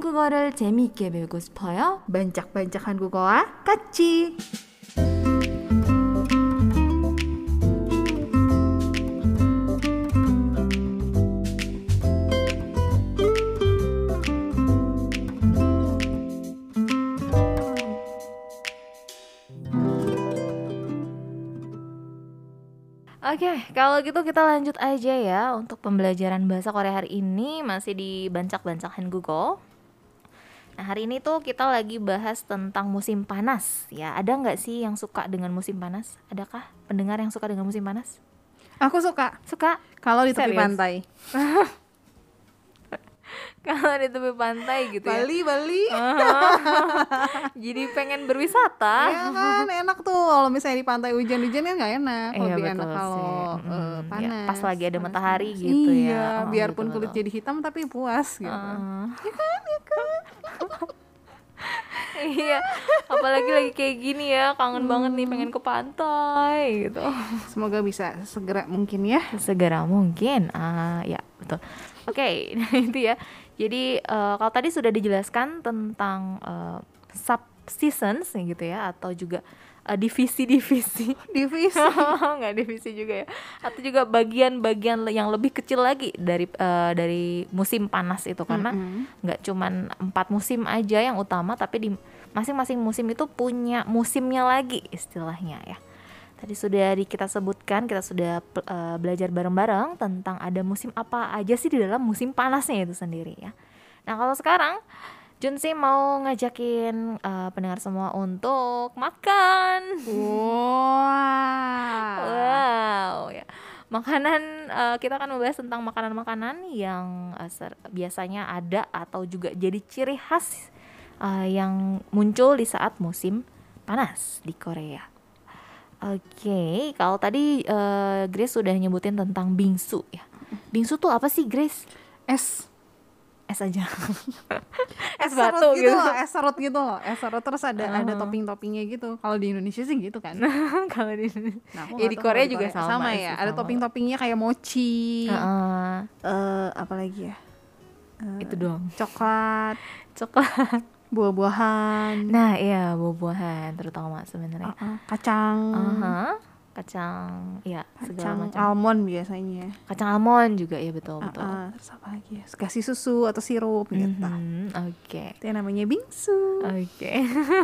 한국어를 재미있게 배우고 싶어요? 반짝반짝 한국어와 같이. Oke, kalau gitu kita lanjut aja ya untuk pembelajaran bahasa Korea hari ini masih di Bancak-Bancak Hangugo. Nah, hari ini tuh kita lagi bahas tentang musim panas ya. Ada nggak sih yang suka dengan musim panas? Adakah pendengar yang suka dengan musim panas? Aku suka Suka? kalau di tepi Serius? pantai. Kalau di tepi pantai gitu ya. Bali. Jadi pengen berwisata. Iya kan enak tuh kalau misalnya di pantai hujan-hujan kan nggak enak. Iya, Lebih betul enak kalau sih. Ya, panas. pas lagi ada panas, matahari panas. gitu ya. Iya, Oh, biarpun betul, kulit betul. jadi hitam tapi puas gitu. Iya, apalagi lagi kayak gini ya, kangen banget nih pengen ke pantai gitu. Semoga bisa segera mungkin ya. Segera mungkin. Ya, betul. Oke, nah itu ya. Jadi kalau tadi sudah dijelaskan tentang sub seasons gitu ya, atau juga divisi-divisi. Divisi. Nggak divisi juga ya, atau juga bagian-bagian yang lebih kecil lagi dari musim panas itu, karena nggak cuman 4 musim aja yang utama, tapi di masing-masing musim itu punya musimnya lagi istilahnya ya. Tadi sudah kita sebutkan, kita sudah belajar bareng-bareng tentang ada musim apa aja sih di dalam musim panasnya itu sendiri ya. Nah, kalau sekarang Junsi mau ngajakin pendengar semua untuk makan. Wow ya. Makanan, kita akan membahas tentang makanan-makanan yang biasanya ada atau juga jadi ciri khas yang muncul di saat musim panas di Korea. Oke, kalau tadi Grace sudah nyebutin tentang bingsu ya. Bingsu tuh apa sih, Grace? Es aja. Es serut batu gitu. Es serut gitu loh. Es serut terus ada topping-toppingnya gitu. Kalau di Indonesia sih gitu kan. Kalau di Nah, ya di Korea juga sama ya. sih, Ada sama. topping-toppingnya kayak mochi. Heeh, Apa lagi ya? itu doang. Coklat, Coklat. buah-buahan, Nah, iya, buah-buahan terutama sebenarnya. kacang, Kacang, ya, kacang segala macam. almond biasanya. Kacang almond juga ya, betul. Terus apa lagi ya? Kasih susu atau sirup gitu. Oke. Itu yang namanya bingsu. Oke.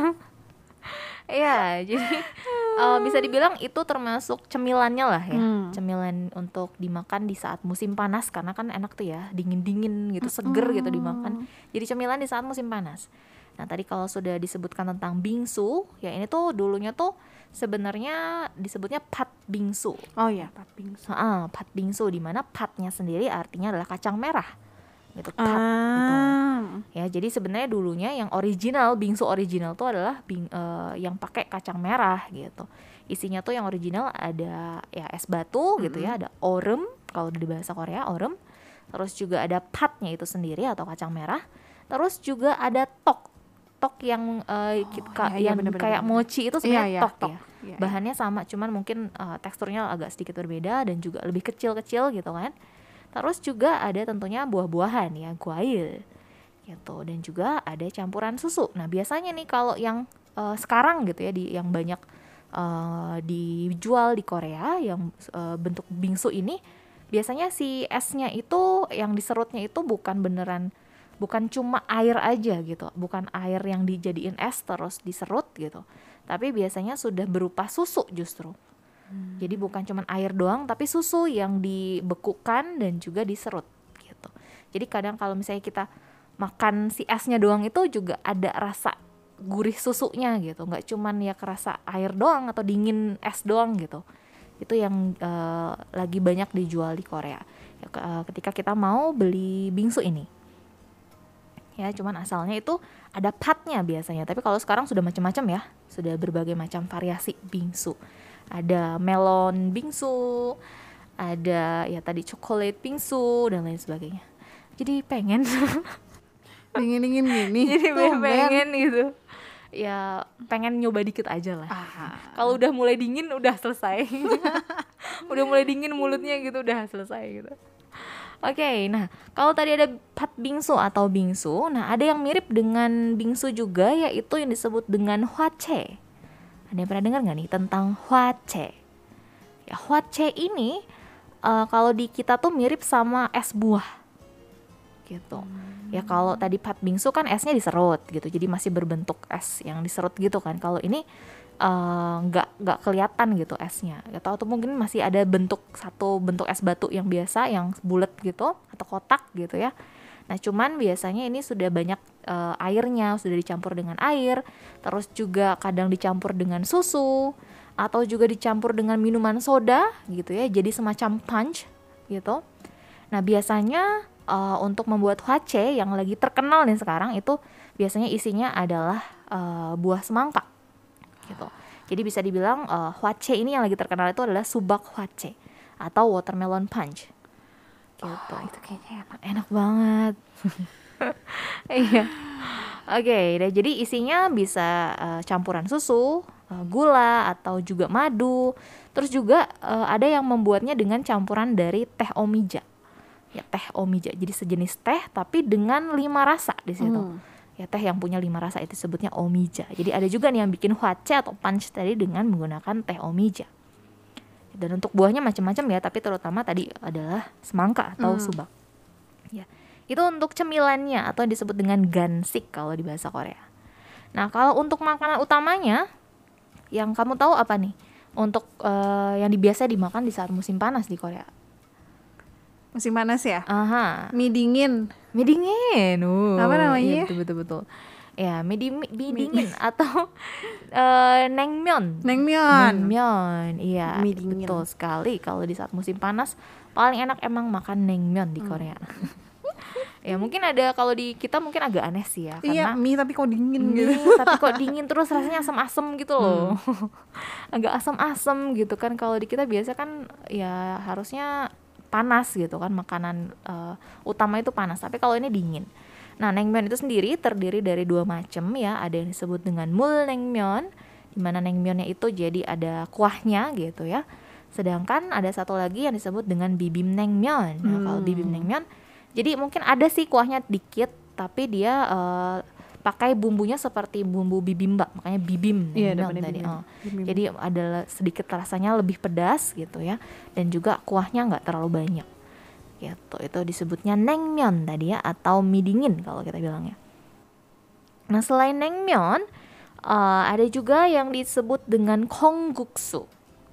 Ya, jadi bisa dibilang itu termasuk cemilannya lah ya. Cemilan untuk dimakan di saat musim panas, karena kan enak tuh ya, dingin-dingin gitu, seger gitu dimakan. Jadi cemilan di saat musim panas. Nah, tadi kalau sudah disebutkan tentang bingsu, ya ini tuh dulunya tuh sebenarnya disebutnya pat bingsu. Oh ya, pat bingsu. Pat bingsu, di mana patnya sendiri artinya adalah kacang merah. Gitu, pat gitu. Ya, jadi sebenarnya dulunya yang original, bingsu original tuh adalah yang pakai kacang merah gitu. Isinya tuh yang original ada ya es batu gitu ya, ada orem kalau di bahasa Korea, orem. Terus juga ada patnya itu sendiri atau kacang merah. Terus juga ada tok yang yang bener, kayak bener. mochi itu sebenarnya tok ya. Iya. Bahannya sama, cuman mungkin teksturnya agak sedikit berbeda dan juga lebih kecil-kecil gitu kan. Terus juga ada tentunya buah-buahan ya, guail gitu, dan juga ada campuran susu. Nah, biasanya nih kalau yang sekarang gitu ya, yang banyak dijual di Korea yang bentuk bingsu ini, biasanya si esnya itu yang diserutnya itu bukan cuma air aja gitu, bukan air yang dijadiin es terus diserut gitu, tapi biasanya sudah berupa susu justru. Jadi bukan cuma air doang, tapi susu yang dibekukan dan juga diserut gitu. Jadi kadang kalau misalnya kita makan si esnya doang itu juga ada rasa gurih susunya gitu, nggak cuman ya kerasa air doang atau dingin es doang gitu. Itu yang lagi banyak dijual di Korea ya, ketika kita mau beli bingsu ini. Ya, cuman asalnya itu ada patnya biasanya, tapi kalau sekarang sudah macam-macam ya, sudah berbagai macam variasi bingsu. Ada melon bingsu, ada ya tadi coklat bingsu dan lain sebagainya. Jadi pengen dingin-dingin gini. Jadi pengen gitu. Ya pengen nyoba dikit aja lah. Kalau udah mulai dingin udah selesai. Udah mulai dingin mulutnya gitu udah selesai gitu. Oke, nah kalau tadi ada patbingsu atau bingsu, nah ada yang mirip dengan bingsu juga, yaitu yang disebut dengan hwachae. Ada yang pernah dengar nggak nih tentang hwachae? Ya, hwachae ini kalau di kita tuh mirip sama es buah gitu. Ya kalau tadi patbingsu kan esnya diserut gitu, jadi masih berbentuk es yang diserut gitu kan. Kalau ini nggak kelihatan gitu esnya, atau mungkin masih ada bentuk es batu yang biasa yang bulat gitu atau kotak gitu ya. Nah cuman biasanya ini sudah banyak airnya, sudah dicampur dengan air, terus juga kadang dicampur dengan susu atau juga dicampur dengan minuman soda gitu ya, jadi semacam punch gitu. Nah biasanya untuk membuat hwachae yang lagi terkenal nih sekarang itu biasanya isinya adalah buah semangka gitu. Jadi bisa dibilang hwachae ini yang lagi terkenal itu adalah subak hwachae atau watermelon punch gitu. Itu kayaknya enak. Enak banget. Iya. Oke, jadi isinya bisa campuran susu, gula atau juga madu. Terus juga ada yang membuatnya dengan campuran dari teh omija. Ya, teh omija. Jadi sejenis teh tapi dengan 5 rasa di situ. Ya, teh yang punya 5 rasa itu sebutnya omija. Jadi ada juga nih yang bikin hwachae atau punch tadi dengan menggunakan teh omija. Dan untuk buahnya macam-macam ya, tapi terutama tadi adalah semangka atau subak. Ya. Itu untuk cemilannya atau disebut dengan gansik kalau di bahasa Korea. Nah, kalau untuk makanan utamanya yang kamu tahu apa nih? Untuk yang biasa dimakan di saat musim panas di Korea. Musim panas ya? Aha. Mie dingin. Mie dingin. Apa Iya, namanya? betul. Ya, mie dingin atau naengmyeon. Naengmyeon. Iya, Mie dingin. betul sekali. Kalau di saat musim panas paling enak emang makan naengmyeon di Korea. Ya mungkin ada, kalau di kita mungkin agak aneh sih ya, Iya, karena mie tapi kok dingin mie gitu. tapi kok dingin terus rasanya asam-asam gitu loh. Agak asam-asam gitu kan. Kalau di kita biasa kan ya harusnya panas gitu kan, makanan utama itu panas, tapi kalau ini dingin. Nah, naengmyeon itu sendiri terdiri dari 2 macam ya. Ada yang disebut dengan mulnaengmyeon, di mana naengmyeonnya itu jadi ada kuahnya gitu ya. Sedangkan ada satu lagi yang disebut dengan bibimnaengmyeon. Nah, kalau bibimnaengmyeon jadi mungkin ada sih kuahnya dikit, tapi dia pakai bumbunya seperti bumbu bibimbap, makanya bibim naengmyeon tadi. Jadi ada sedikit rasanya lebih pedas gitu ya, dan juga kuahnya nggak terlalu banyak. Gitu. Itu disebutnya naengmyeon tadi ya, atau mie dingin kalau kita bilangnya. Nah, selain naengmyeon ada juga yang disebut dengan kongguksu.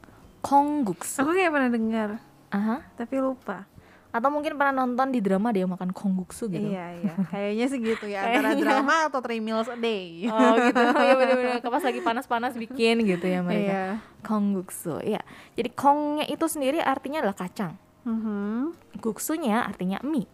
Aku kayak pernah dengar, Aha. tapi lupa. Atau mungkin pernah nonton di drama dia makan kongguksu gitu. Iya. Kayaknya sih gitu ya, antara drama atau 3 meals a day. Oh gitu. Ya benar-benar pas lagi panas-panas bikin gitu ya mereka. Iya. Kongguksu. Iya. Jadi kongnya itu sendiri artinya adalah kacang. Guksunya artinya mie.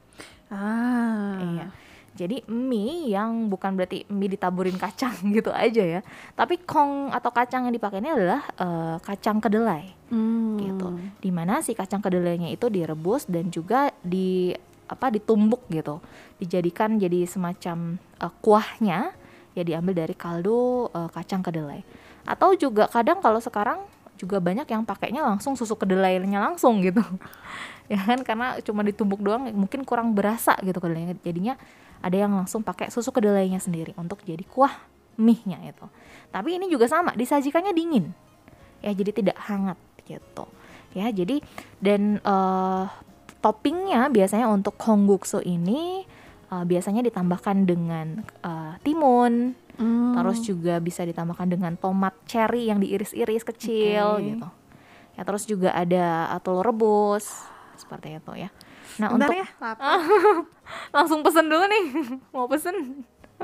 Iya. Jadi mie yang bukan berarti mie ditaburin kacang gitu aja ya. Tapi kong atau kacang yang dipakai ini adalah kacang kedelai. Gitu. Dimana si kacang kedelainya itu direbus dan juga ditumbuk gitu. Dijadikan jadi semacam kuahnya ya, diambil dari kaldu kacang kedelai. Atau juga kadang kalau sekarang juga banyak yang pakainya langsung susu kedelainya langsung gitu. Ya kan, karena cuma ditumbuk doang mungkin kurang berasa gitu kedelainya. Jadinya ada yang langsung pakai susu kedelainya sendiri untuk jadi kuah mie-nya itu. Tapi ini juga sama, disajikannya dingin. Ya, jadi tidak hangat gitu. Ya, jadi dan toppingnya biasanya untuk kongguksu ini biasanya ditambahkan dengan timun. Terus juga bisa ditambahkan dengan tomat cherry yang diiris-iris kecil gitu. Ya, terus juga ada telur rebus seperti itu ya. Nah, Bentar untuk ya, lapar. langsung pesen dulu nih. Mau pesen.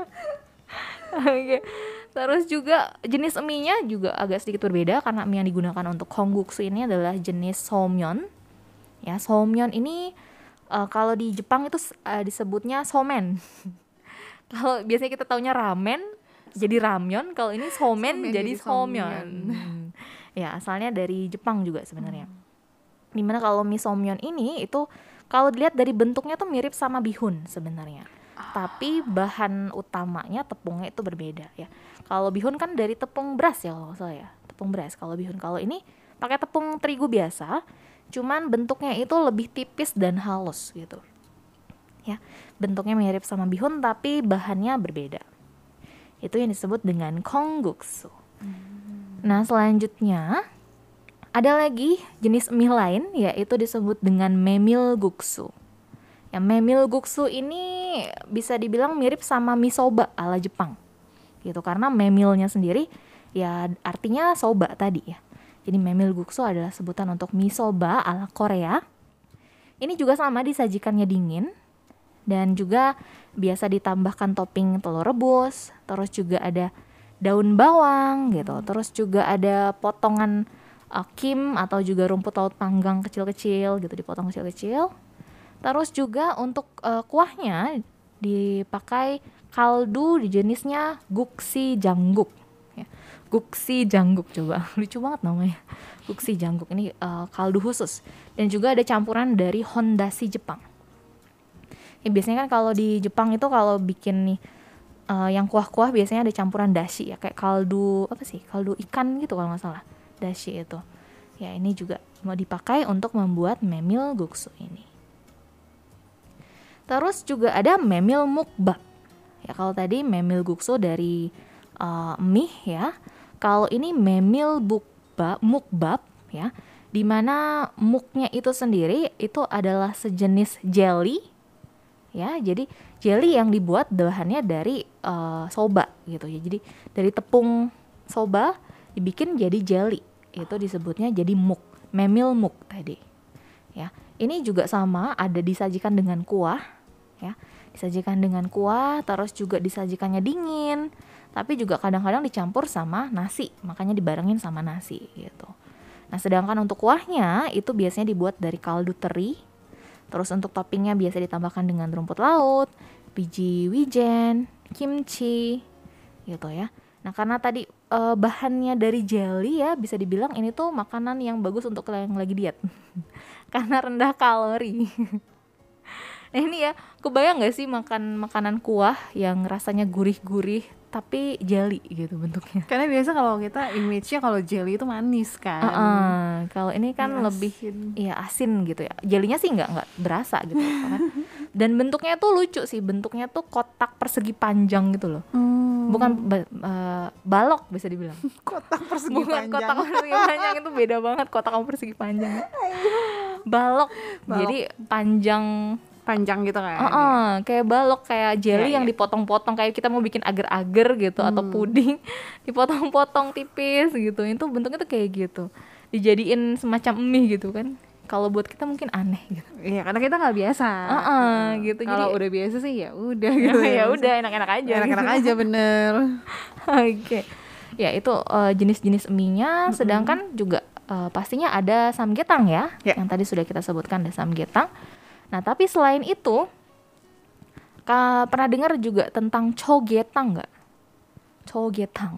Oke. Terus juga jenis mie-nya juga agak sedikit berbeda, karena mie yang digunakan untuk kongguksu ini adalah jenis somyeon. Ya, somyeon ini kalau di Jepang itu disebutnya somen. Kalau biasanya kita taunya ramen jadi ramyeon, kalau ini somen jadi somyeon. Ya, asalnya dari Jepang juga sebenarnya. Dimana kalau mie somyeon ini itu kalau dilihat dari bentuknya tuh mirip sama bihun sebenarnya. Tapi bahan utamanya tepungnya itu berbeda ya. Kalau bihun kan dari tepung beras ya kalau nggak salah ya. Tepung beras kalau bihun. Kalau ini pakai tepung terigu biasa. cuman bentuknya itu lebih tipis dan halus gitu. Ya, bentuknya mirip sama bihun tapi bahannya berbeda. Itu yang disebut dengan kongguksu. Nah, selanjutnya ada lagi jenis mie lain, yaitu disebut dengan memilguksu. Ya, memilguksu ini bisa dibilang mirip sama mie soba ala Jepang gitu, karena memilnya sendiri ya artinya soba tadi ya. Jadi memilguksu adalah sebutan untuk mie soba ala Korea. Ini juga sama, disajikannya dingin dan juga biasa ditambahkan topping telur rebus, terus juga ada daun bawang gitu, terus juga ada potongan kim atau juga rumput laut panggang kecil-kecil gitu, dipotong kecil-kecil. Terus juga untuk kuahnya dipakai kaldu di jenisnya gukshi jangguk ya. Gukshi jangguk, coba lucu banget namanya, gukshi jangguk ini kaldu khusus, dan juga ada campuran dari hondashi Jepang ya. Biasanya kan kalau di Jepang itu kalau bikin nih yang kuah-kuah biasanya ada campuran dashi ya, kayak kaldu kaldu ikan gitu kalau nggak salah, dashi itu ya. Ini juga mau dipakai untuk membuat memilguksu ini. Terus juga ada memilmukbap ya. Kalau tadi memilguksu dari mie ya, kalau ini mukbap ya, dimana muknya itu sendiri itu adalah sejenis jelly ya. Jadi jelly yang dibuat bahannya dari soba gitu ya. Jadi dari tepung soba dibikin jadi jelly, itu disebutnya jadi memilmuk tadi ya. Ini juga sama, ada disajikan dengan kuah ya, disajikan dengan kuah, terus juga disajikannya dingin, tapi juga kadang-kadang dicampur sama nasi, makanya dibarengin sama nasi gitu. Nah, sedangkan untuk kuahnya itu biasanya dibuat dari kaldu teri. Terus untuk toppingnya biasa ditambahkan dengan rumput laut, biji wijen, kimchi gitu ya. Nah, karena tadi bahannya dari jelly ya, bisa dibilang ini tuh makanan yang bagus untuk yang lagi diet karena rendah kalori. Nah, ini ya, kebayang gak sih makan makanan kuah yang rasanya gurih-gurih tapi jelly gitu bentuknya. Karena biasa kalau kita image-nya kalau jelly itu manis kan. Kalau ini kan Ya, lebih ya asin gitu ya. Jelinya sih nggak berasa gitu kan. Dan bentuknya tuh lucu sih, bentuknya tuh kotak persegi panjang gitu loh. Bukan balok bisa dibilang. Kotak persegi Bukan panjang. kotak persegi panjang, itu beda banget kotak persegi panjang. Balok. Jadi panjang gitu kan. Kayak balok, kayak jelly Iya, yang iya. dipotong-potong, kayak kita mau bikin agar-agar gitu atau puding dipotong-potong tipis gitu. Itu bentuknya tuh kayak gitu, dijadiin semacam mie gitu kan. Kalau buat kita mungkin aneh gitu. Iya, karena kita nggak biasa. Gitu. Kalau Jadi udah biasa sih ya udah gitu. ya udah enak-enak aja. Enak-enak gitu. aja bener. Oke. Ya, itu jenis-jenis mie-nya. Sedangkan juga pastinya ada samgyetang ya, yang tadi sudah kita sebutkan, ada samgyetang. Nah, tapi selain itu, pernah dengar juga tentang chogetang nggak? Chogetang.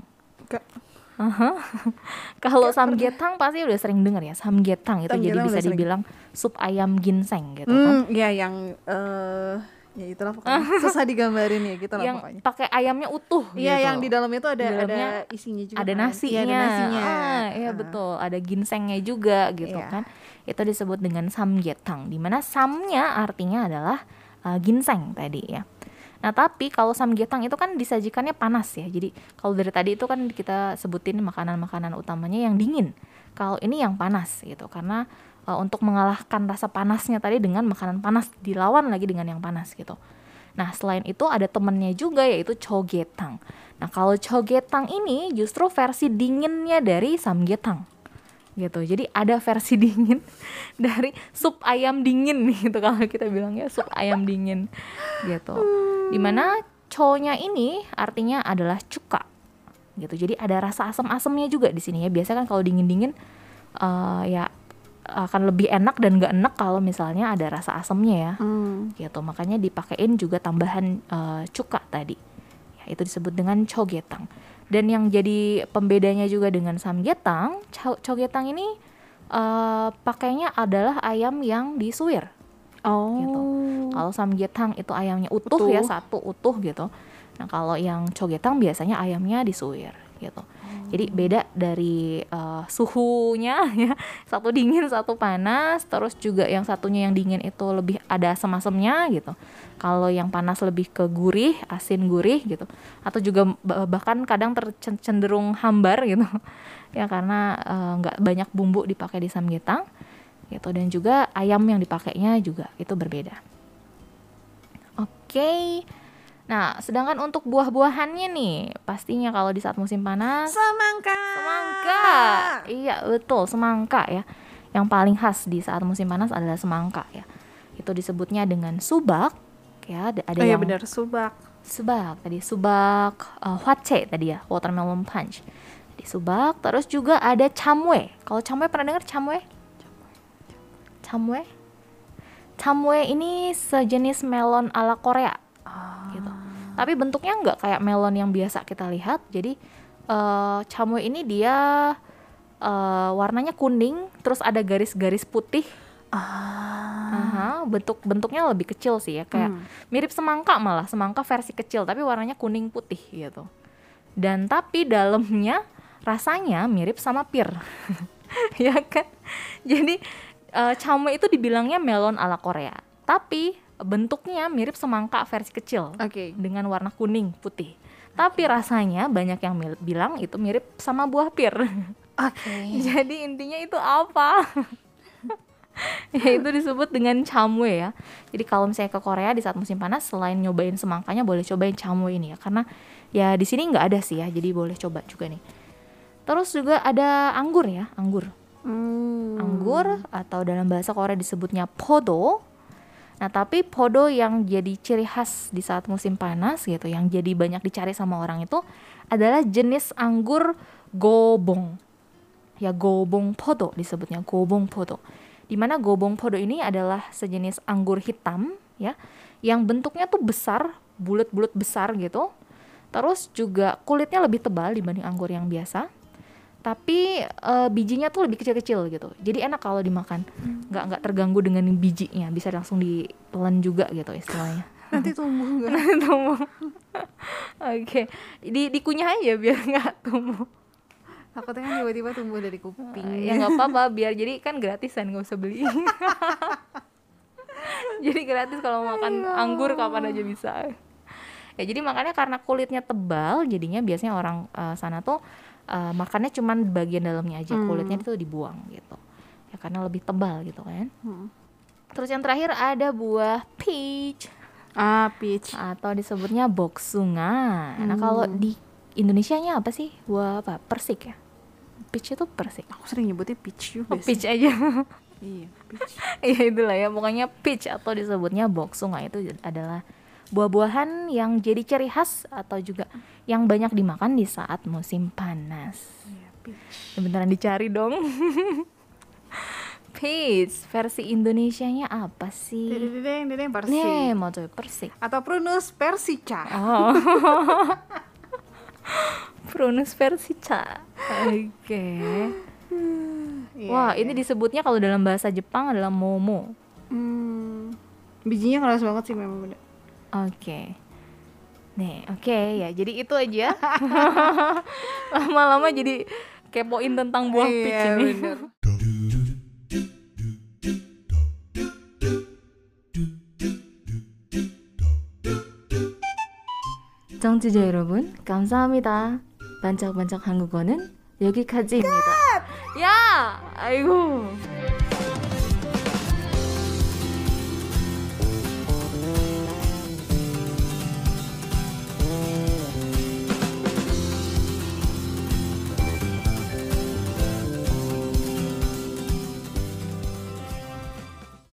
Kalau samgyetang pasti udah sering dengar ya. Samgyetang itu jadi bisa dibilang sup ayam ginseng gitu kan. Iya, yang ya itulah pokoknya. Susah digambarin ya gitu lah Yang pokoknya. pakai ayamnya utuh gitu. Iya, yang di dalamnya itu ada dalamnya isinya juga. ada kan? nasinya. Iya, ada nasinya. Iya betul, ada ginsengnya juga gitu kan. Itu disebut dengan samgyetang, di mana samnya artinya adalah ginseng tadi ya. Nah, tapi kalau samgyetang itu kan disajikannya panas ya. Jadi kalau dari tadi itu kan kita sebutin makanan-makanan utamanya yang dingin. Kalau ini yang panas gitu, karena untuk mengalahkan rasa panasnya tadi dengan makanan panas, dilawan lagi dengan yang panas gitu. Nah, selain itu ada temennya juga, yaitu chogetang. Nah, kalau chogetang ini justru versi dinginnya dari samgyetang gitu. Jadi ada versi dingin dari sup ayam dingin gitu, kalau kita bilangnya sup ayam dingin gitu. Dimana cho-nya ini artinya adalah cuka gitu. Jadi ada rasa asam-asamnya juga di sini ya. Biasa kan kalau dingin-dingin ya akan lebih enak dan gak enak kalau misalnya ada rasa asamnya ya. Gitu. Makanya dipakein juga tambahan cuka tadi. Ya, itu disebut dengan chogetang. Dan yang jadi pembedanya juga dengan samgyetang, chogetang ini pakainya adalah ayam yang disuir. Gitu. Kalau samgyetang itu ayamnya utuh ya, satu utuh gitu. Nah, kalau yang chogetang biasanya ayamnya disuir gitu. Jadi beda dari suhunya ya, satu dingin satu panas, terus juga yang satunya yang dingin itu lebih ada asam-asamnya gitu. Kalau yang panas lebih ke gurih, asin gurih gitu. Atau juga bahkan kadang cenderung hambar gitu. Ya karena nggak banyak bumbu dipakai di samgyetang gitu, dan juga ayam yang dipakainya juga itu berbeda. Oke. Nah, sedangkan untuk buah-buahannya nih, pastinya kalau di saat musim panas Semangka. Iya, betul, semangka ya. Yang paling khas di saat musim panas adalah semangka ya. Itu disebutnya dengan subak ya, ada Iya yang benar, subak. subak hwachae tadi ya, watermelon punch. Di subak, terus juga ada chamwe. Kalau chamwe pernah dengar chamwe? Chamwe ini sejenis melon ala Korea. Gitu. Tapi bentuknya nggak kayak melon yang biasa kita lihat. Jadi chamwe ini dia warnanya kuning, terus ada garis-garis putih. Bentuknya lebih kecil sih ya, kayak mirip semangka, malah semangka versi kecil, tapi warnanya kuning putih gitu. Dan tapi dalamnya rasanya mirip sama pir, ya kan? Jadi chamwe itu dibilangnya melon ala Korea, tapi bentuknya mirip semangka versi kecil dengan warna kuning putih. Tapi rasanya banyak yang bilang itu mirip sama buah pir. Jadi intinya itu apa? Ya itu disebut dengan chamwe ya. Jadi kalau misalnya ke Korea di saat musim panas, selain nyobain semangkanya boleh cobain chamwe ini ya, karena ya di sini nggak ada sih ya, jadi boleh coba juga nih. Terus juga ada anggur ya, anggur atau dalam bahasa Korea disebutnya podo. Nah, tapi podo yang jadi ciri khas di saat musim panas gitu, yang jadi banyak dicari sama orang itu adalah jenis anggur gobong. Ya, gobong podo disebutnya, gobong podo. Dimana gobong podo ini adalah sejenis anggur hitam ya, yang bentuknya tuh besar, bulat-bulat besar gitu. Terus juga kulitnya lebih tebal dibanding anggur yang biasa. Tapi bijinya tuh lebih kecil-kecil gitu. Jadi enak kalau dimakan. Nggak terganggu dengan bijinya, bisa langsung ditelan juga gitu istilahnya. Nanti tumbuh nggak? Tumbuh. Oke. Dikunyah aja biar nggak tumbuh. Takutnya kan tiba-tiba tumbuh dari kuping. Ya nggak apa-apa, biar jadi kan gratisan, nggak usah beli. Jadi gratis kalau makan anggur kapan aja bisa. Ya jadi makanya karena kulitnya tebal, jadinya biasanya orang sana tuh makannya cuman bagian dalamnya aja, kulitnya itu dibuang gitu ya, karena lebih tebal gitu kan. Terus yang terakhir ada buah peach. Peach atau disebutnya boksunga. Nah kalau di Indonesianya apa sih, buah apa, persik ya, peach itu persik. Aku sering nyebutnya peach juga. Peach aja. Iya, peach. Iya itulah ya, pokoknya peach atau disebutnya boksunga itu adalah buah-buahan yang jadi ciri khas atau juga yang banyak dimakan di saat musim panas. Ya, beneran dicari dong. Peach versi Indonesianya apa sih? Dedeng persik. Nih, mau coba persik. Atau Prunus persica. Oh. Prunus persica. Oke. Wah, ini disebutnya kalau dalam bahasa Jepang adalah momo. Bijinya keras banget sih memang, bener. Oke. Nih, oke ya. Jadi itu aja. Lama-lama jadi kepoin tentang buah peach ini. Bener. 청취자 여러분, 감사합니다. 반짝반짝 한국어는 여기까지입니다. 야, 아이고.